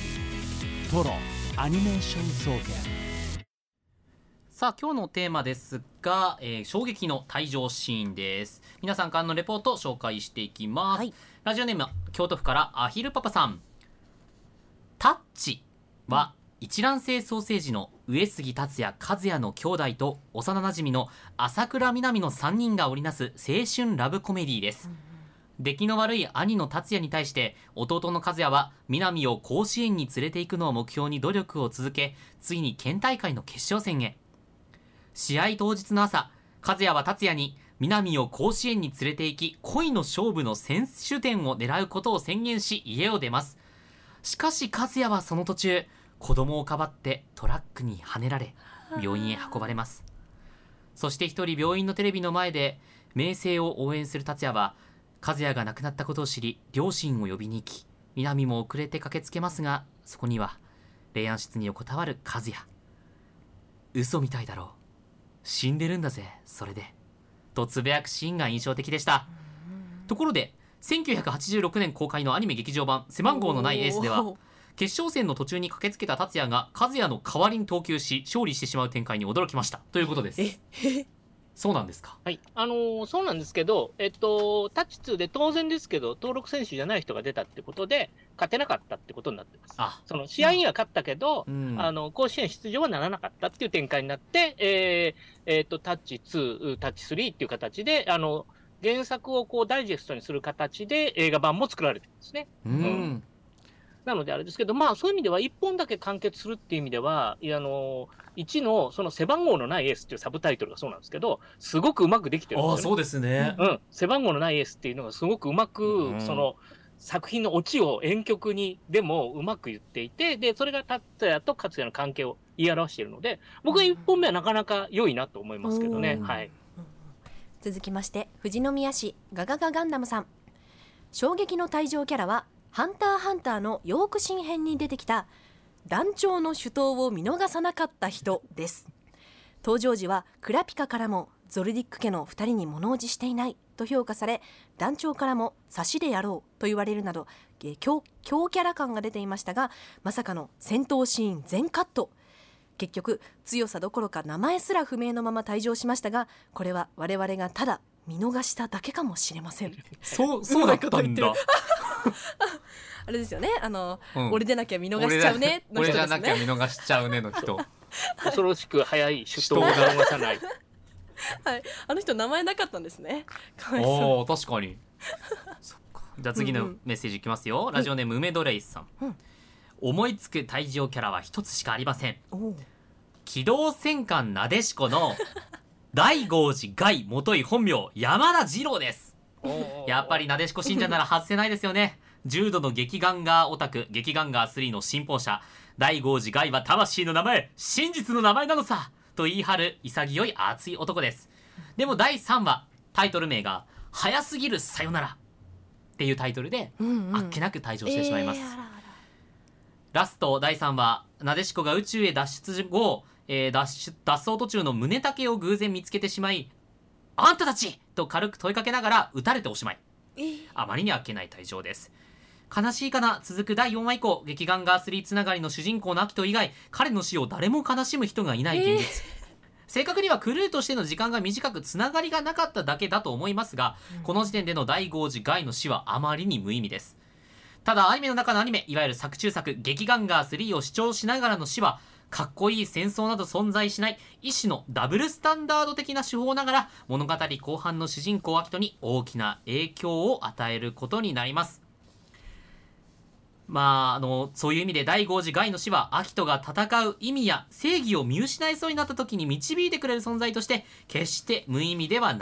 Speaker 1: Toro Animation Soken.
Speaker 2: さあ今日のテーマですが、えー、衝撃の退場シーンです。皆さんからのレポートを紹介していきます、はい、ラジオネーム京都府からアヒルパパさん。タッチは一卵性ソーセージの上杉達也和也の兄弟と幼なじみの朝倉みなみのさんにんが織りなす青春ラブコメディーです、うん、出来の悪い兄の達也に対して弟の和也はみなみを甲子園に連れて行くのを目標に努力を続け、ついに県大会の決勝戦へ。試合当日の朝、和也は達也に南を甲子園に連れて行き、恋の勝負の先取点を狙うことを宣言し家を出ます。しかし和也はその途中、子供をかばってトラックにはねられ病院へ運ばれます。そして一人病院のテレビの前で明星を応援する達也は、和也が亡くなったことを知り両親を呼びに行き、南も遅れて駆けつけますが、そこには霊安室に横たわる和也。嘘みたいだろう、死んでるんだぜそれで、とつぶやくシーンが印象的でした。ところでせんきゅうひゃくはちじゅうろくねん公開のアニメ劇場版背番号のないエースでは、決勝戦の途中に駆けつけた達也が和也の代わりに投球し勝利してしまう展開に驚きましたということです。えそうなんですか？
Speaker 4: はい、あのー、そうなんですけど、えっと、タッチツーで当然ですけど登録選手じゃない人が出たってことで勝てなかったってことになってます。あ、その試合には勝ったけど、うん、あの甲子園出場はならなかったっていう展開になって、えーえー、とタッチツー、タッチスリーっていう形で、あの原作をこうダイジェストにする形で映画版も作られてるんですね。うん、うんなのであれですけど、まあそういう意味ではいっぽんだけ完結するっていう意味では、いやあのいちのその背番号のないエースっていうサブタイトルがそうなんですけど、すごくうまくできてるんですよね。
Speaker 2: あ、そうですね。
Speaker 4: うん、背番号のないエースっていうのがすごくうまく、うん、その作品のオチを婉曲にでもうまく言っていて、でそれが達也と勝也の関係を言い表しているので、僕はいっぽんめはなかなか良いなと思いますけどね。はい。
Speaker 3: 続きまして富士宮市ガガガガンダムさん。衝撃の退場キャラはハンターハンターのヨーク新編に出てきた団長の手刀を見逃さなかった人です。登場時はクラピカからもゾルディック家のふたりに物おじしていないと評価され、団長からも差しでやろうと言われるなど強、強キャラ感が出ていましたが、まさかの戦闘シーン全カット。結局強さどころか名前すら不明のまま退場しましたが、これは我々がただ見逃しただけかもしれません。
Speaker 2: そうそうだったんだ。
Speaker 3: あれですよね、あの、うん、俺でなきゃ見逃しちゃうねの人ですね。
Speaker 2: 俺じゃなきゃ見逃しちゃうねの人。
Speaker 4: 恐ろしく早い手刀を逃さない。
Speaker 3: はい、あの人名前なかったんですね。かわい
Speaker 2: そう。確かに。そっか。じゃあ次のメッセージいきますよ。うんうん、ラジオネーム梅ドレイスさん、うん、思いつく退場キャラは一つしかありません。機動戦艦なでしこの大郷寺外元井本名山田次郎です。やっぱりなでしこ信者なら外せないですよね。重度の劇ガンガーオタク、劇ガンガースリーの信奉者、大郷寺外は魂の名前、真実の名前なのさと言い張る潔い熱い男です。でもだいさんわ、タイトル名が早すぎるさよならっていうタイトルで、うんうん、あっけなく退場してしまいます、えー、ラストだいさんわ、なでしこが宇宙へ脱出後、えー、脱出脱走途中の宗武を偶然見つけてしまい、あんたたちと軽く問いかけながら撃たれておしまい、えー、あまりにあっけない退場です。悲しいかな。続くだいよんわ以降、劇ガンガースリーつながりの主人公のアキト以外、彼の死を誰も悲しむ人がいない現実、えー、正確にはクルーとしての時間が短くつながりがなかっただけだと思いますが、うん、この時点での大郷寺外の死はあまりに無意味です。ただアニメの中のアニメ、いわゆる作中作劇ガンガースリーを主張しながらの死は、かっこいい戦争など存在しない一種のダブルスタンダード的な手法ながら、物語後半の主人公アキトに大きな影響を与えることになります。まあ、あのそういう意味で大郷寺外の死は、アキトが戦う意味や正義を見失いそうになった時に導いてくれる存在として決して無意味ではない。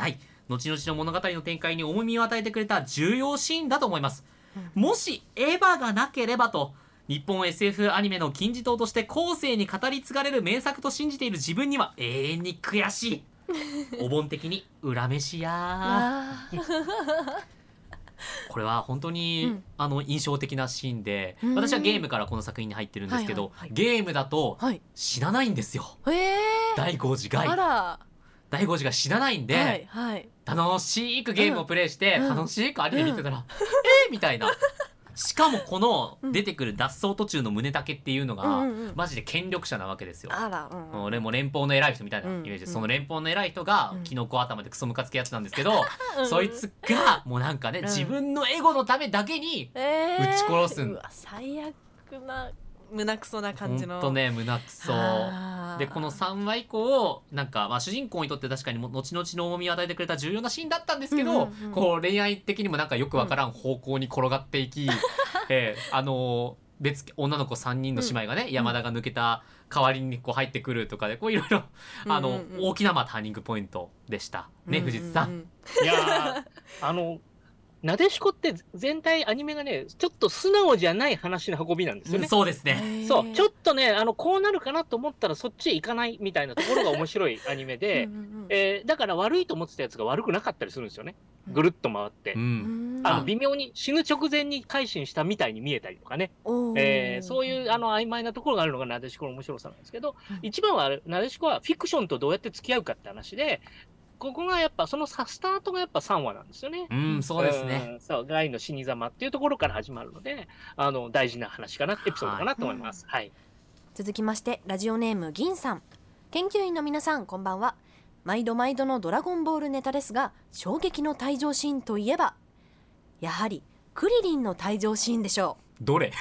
Speaker 2: 後々の物語の展開に重みを与えてくれた重要シーンだと思います。もしエヴァがなければと日本 エスエフ アニメの金字塔として後世に語り継がれる名作と信じている自分には永遠に悔しい。お盆的に裏飯や
Speaker 3: あー
Speaker 2: これは本当に、
Speaker 3: うん
Speaker 2: あの印象的なシーンで、
Speaker 3: うん
Speaker 2: 私はゲームからこの作品に入ってるんですけど、
Speaker 3: はいはいはい
Speaker 2: ゲームだと
Speaker 3: はい
Speaker 2: 死なないんですよ。
Speaker 3: へえ
Speaker 2: 第五次
Speaker 3: あ
Speaker 2: が
Speaker 3: ら
Speaker 2: 第五次が死なないんで、
Speaker 3: はいはい
Speaker 2: 楽しくゲームをプレイして、
Speaker 3: うん
Speaker 2: 楽しくアニメ見てたら、えーみたいな。しかもこの出てくる脱走途中の宗武っていうのが、
Speaker 3: うんうんうん
Speaker 2: マジで権力者なわけですよ。
Speaker 3: あらうんうん
Speaker 2: 俺も連邦の偉い人みたいなイメージで、
Speaker 3: うん
Speaker 2: その連邦の偉い人が
Speaker 3: うん
Speaker 2: キノコ頭でクソムカつくやつなんですけど、
Speaker 3: うん
Speaker 2: そいつがもうなんかね、
Speaker 3: うん
Speaker 2: 自分のエゴのためだけに
Speaker 3: えー
Speaker 2: 撃ち殺すん
Speaker 3: うわ最悪な胸くそな感じの
Speaker 2: ほんとね胸くそ
Speaker 3: あー
Speaker 2: でこのさんわ以降なんか、まあ、主人公にとって確かにも後々の重みを与えてくれた重要なシーンだったんですけど、
Speaker 3: うんうんうん
Speaker 2: こう恋愛的にもなんかよくわからん方向に転がっていき、えーあのー別女の子さんにんの姉妹がね、山田が抜けた代わりにこう入ってくるとかでこういろいろあの、
Speaker 3: うんうんうん
Speaker 2: 大きなまあターニングポイントでしたね、藤津さん。
Speaker 3: うう
Speaker 4: いやーあのなでしこって全体アニメがねちょっと素直じゃない話の運びなんですよ
Speaker 2: うん
Speaker 4: ね。
Speaker 2: そうですね。
Speaker 3: へー
Speaker 4: そうちょっとねあのこうなるかなと思ったらそっちへ行かないみたいなところが面白いアニメで、
Speaker 3: うんうんうん
Speaker 4: えーだから悪いと思ってたやつが悪くなかったりするんですよね。ぐるっと回って、
Speaker 2: う
Speaker 3: うんん
Speaker 4: あの微妙に死ぬ直前に改心したみたいに見えたりとかね、
Speaker 3: おー
Speaker 4: えーそういうあの曖昧なところがあるのがなでしこの面白さなんですけど、
Speaker 3: うん
Speaker 4: 一番はあれなでしこはフィクションとどうやって付き合うかって話で、ここがやっぱそのさスタートがやっぱさんわなんですよね。
Speaker 2: うんそうですね。
Speaker 4: うんそうガイの死に様っていうところから始まるので、あの大事な話かなエピソードかなと思います。はい。
Speaker 3: 続きましてラジオネーム銀さん、研究員の皆さんこんばんは。毎度毎度のドラゴンボールネタですが、衝撃の退場シーンといえばやはりクリリンの退場シーンでしょ
Speaker 2: どれ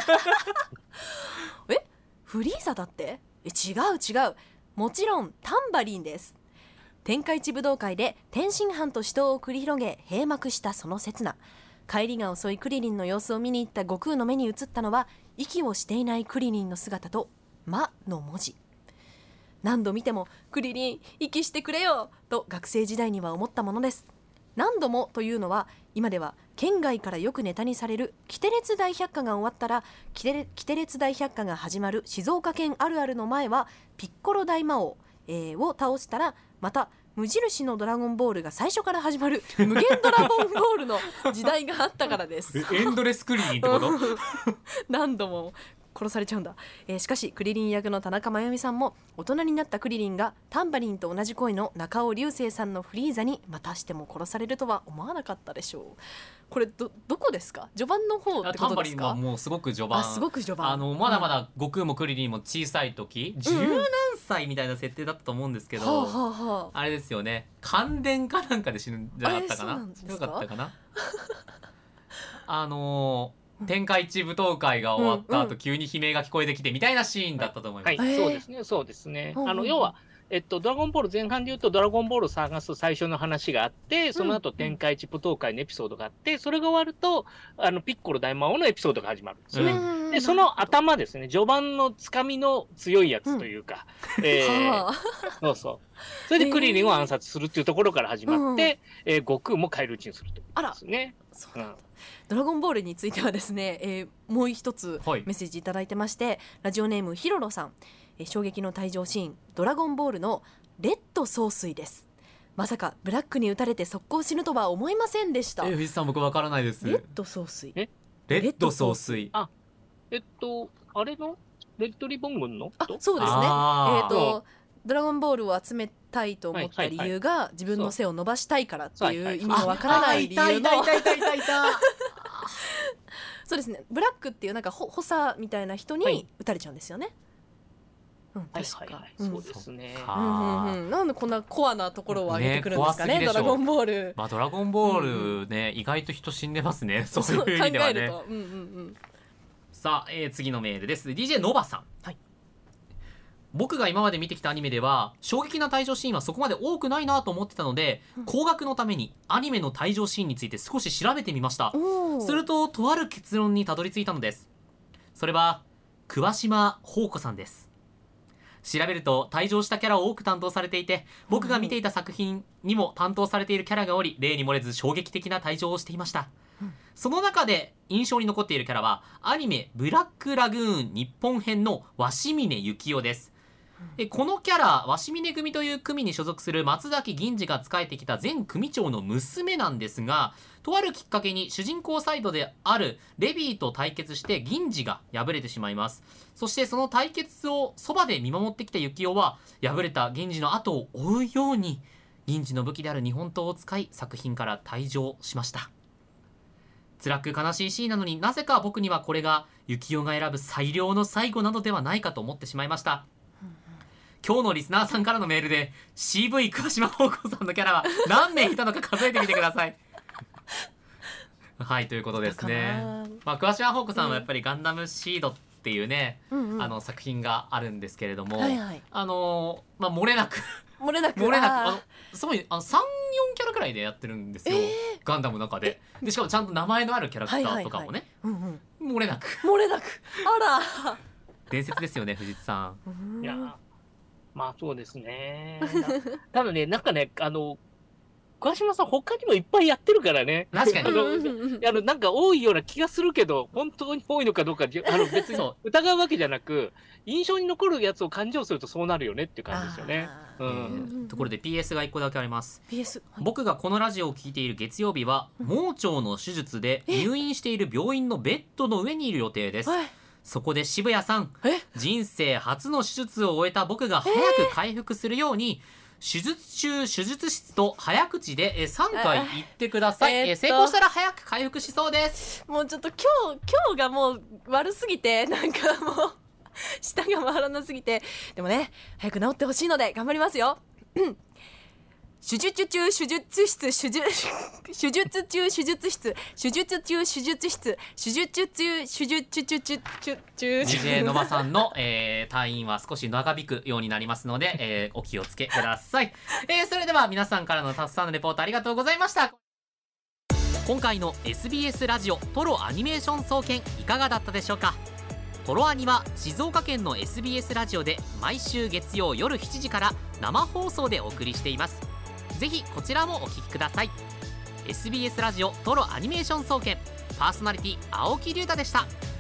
Speaker 3: う。えフリーザだって？え違う違う、もちろんタンバリンです。天下一武道会で天津飯と死闘を繰り広げ閉幕したその刹那、帰りが遅いクリリンの様子を見に行った悟空の目に映ったのは息をしていないクリリンの姿と魔の文字。何度見てもクリリン息してくれよと学生時代には思ったものです。何度もというのは今では県外からよくネタにされるキテレツ大百科が終わったらキテレキテレツ大百科が始まる静岡県あるあるの前はピッコロ大魔王、えーを倒したらまた無印のドラゴンボールが最初から始まる無限ドラゴンボールの時代があったからです
Speaker 2: エンドレスクリリンってこと
Speaker 3: 何度も殺されちゃうんだ、えーしかしクリリン役の田中真由美さんも大人になったクリリンがタンバリンと同じ声の中尾隆聖さんのフリーザにまたしても殺されるとは思わなかったでしょう。これ ど, どこですか？序盤の方って
Speaker 2: タンバリ
Speaker 3: ことですか？
Speaker 2: ンはもうすごく序盤
Speaker 3: あすごく序盤
Speaker 2: あのまだまだ悟空もクリリンも小さい時、十、
Speaker 3: うんうん
Speaker 2: 何歳みたいな設定だったと思うんですけど、
Speaker 3: はあはあはあ
Speaker 2: あれですよね、感電かなんかで死ぬんじゃなかったかな
Speaker 3: あれそうなんですか
Speaker 2: よかったかなあのー天下一舞踏会が終わった後、
Speaker 3: うんうん
Speaker 2: 急に悲鳴が聞こえてきてみたいなシーンだったと思います、
Speaker 4: はい、
Speaker 3: へー
Speaker 4: そうですね、そうですね。
Speaker 3: ほうほうほう
Speaker 4: あの要は、えっと、ドラゴンボール前半で言うと、ドラゴンボールを探す最初の話があって、その後、天下一舞踏会のエピソードがあって、それが終わると、あのピッコロ大魔王のエピソードが始まるんですよね。
Speaker 2: うん
Speaker 4: で、その頭ですね、序盤のつかみの強いやつというか、えー
Speaker 3: はあ
Speaker 4: そうそう。それでクリリンを暗殺するっていうところから始まって、えー悟空も返り討ちにするということですね。
Speaker 3: そう
Speaker 4: うん
Speaker 3: ドラゴンボールについてはですね、えーもう一つ
Speaker 2: はい
Speaker 3: メッセージいただいてまして、ラジオネームヒロロさん、えー衝撃の退場シーンドラゴンボールのレッド総帥です。まさかブラックに撃たれて速攻死ぬとは思いませんでした。レ
Speaker 2: え藤井さん僕わからないです。
Speaker 3: ッド総帥
Speaker 4: え
Speaker 2: レッド総帥
Speaker 4: あえっと、あれのレッドリボン軍の
Speaker 3: あ
Speaker 4: と
Speaker 3: そうですね、え
Speaker 2: あー
Speaker 3: ーとドラゴンボールを集めたいと思った理由が、自分の背を伸ばしたいからって
Speaker 4: はいはい
Speaker 3: いう意味のわからない理由の、
Speaker 2: あいたいたいたいたいた
Speaker 3: そうですね、ブラックっていうなんかほ補佐みたいな人
Speaker 4: はい
Speaker 3: に撃たれちゃうんですよね。うん
Speaker 4: はい
Speaker 3: 確か、
Speaker 4: はいはい、
Speaker 3: うん
Speaker 4: そうですね。
Speaker 2: か
Speaker 3: うんうんうん、なんでこんなコアなところを上げてくるんですかね、
Speaker 2: ね怖すぎでしょ
Speaker 3: ドラゴンボール。
Speaker 2: まあドラゴンボールね、意外と人死んでますね。そういう意味ではね。
Speaker 3: 考えると、うんうんうん、
Speaker 2: さあ、えー次のメールです。 ディージェー ノバさん、
Speaker 3: はい、
Speaker 2: 僕が今まで見てきたアニメでは衝撃な退場シーンはそこまで多くないなと思ってたので、
Speaker 3: うん
Speaker 2: 工学のためにアニメの退場シーンについて少し調べてみました。
Speaker 3: おー
Speaker 2: するととある結論にたどり着いたのです。それは桑島宝子さんです。 調べると退場したキャラを多く担当されていて、僕が見ていた作品にも担当されているキャラがおり、例に漏れず衝撃的な退場をしていました。その中で印象に残っているキャラはアニメブラックラグーン日本編の鷲峰幸男です。えこのキャラ、鷲峰組という組に所属する松崎銀次が仕えてきた前組長の娘なんですが、とあるきっかけに主人公サイドであるレビーと対決して銀次が敗れてしまいます。そしてその対決をそばで見守ってきた幸男は、敗れた銀次の後を追うように銀次の武器である日本刀を使い作品から退場しました。辛く悲しいシーンなのに、なぜか僕にはこれが幸男が選ぶ最良の最後なのではないかと思ってしまいました。今日のリスナーさんからのメールで シーブイ 桑島宝子さんのキャラは何名いたのか数えてみてください。はい、ということですね。まあ、桑島宝子さんはやっぱりガンダムシードっていうね、うんうん、あの作品があるんですけれども、はいはい、あのまあ漏れなく
Speaker 3: 漏れなく
Speaker 2: 漏れなくあのすごいあのさん、よんキャラくらいでやってるんですよ、えー、ガンダムの中で。でしかもちゃんと名前のあるキャラクターとかもね、漏れなく
Speaker 3: 漏れなくあら
Speaker 2: 伝説ですよね、藤津さ
Speaker 4: ん。いやまあそうですね。ただね、なんかね、あの桑島さん他にもいっぱいやってるからね。
Speaker 2: 確かに。
Speaker 4: あのあのなんか多いような気がするけど、本当に多いのかどうかあの別に疑うわけじゃなく、印象に残るやつを勘定するとそうなるよねっていう感じですよね。うん、
Speaker 2: えー、ところで ピーエス がいっこだけあります。
Speaker 3: ピーエス、はい、
Speaker 2: 僕がこのラジオを聞いている月曜日は、盲腸の手術で入院している病院のベッドの上にいる予定です。そこで渋谷さん、人生初の手術を終えた僕が早く回復するように、手術中手術室と早口でさんかい言ってください。えーえー、成功したら早く回復しそうです。
Speaker 3: もうちょっと今日今日がもう悪すぎて、なんかもう舌が回らなすぎて、でもね早く治ってほしいので頑張りますよ。手術中手術室手術手術中手術室手術中手術室手術中手術中中中中
Speaker 2: ディージェー のばさんの、えー、退院は少し長引くようになりますので、えー、お気をつけください。えー、それでは皆さんからのたくさんのレポートありがとうございました。今回の エスビーエス ラジオトロアニメーション総研いかがだったでしょうか。トロアニは静岡県の エスビーエス ラジオで毎週月曜夜しちじから生放送でお送りしています。ぜひこちらもお聞きください。 エスビーエス ラジオトロアニメーション総研、パーソナリティ青木龍太でした。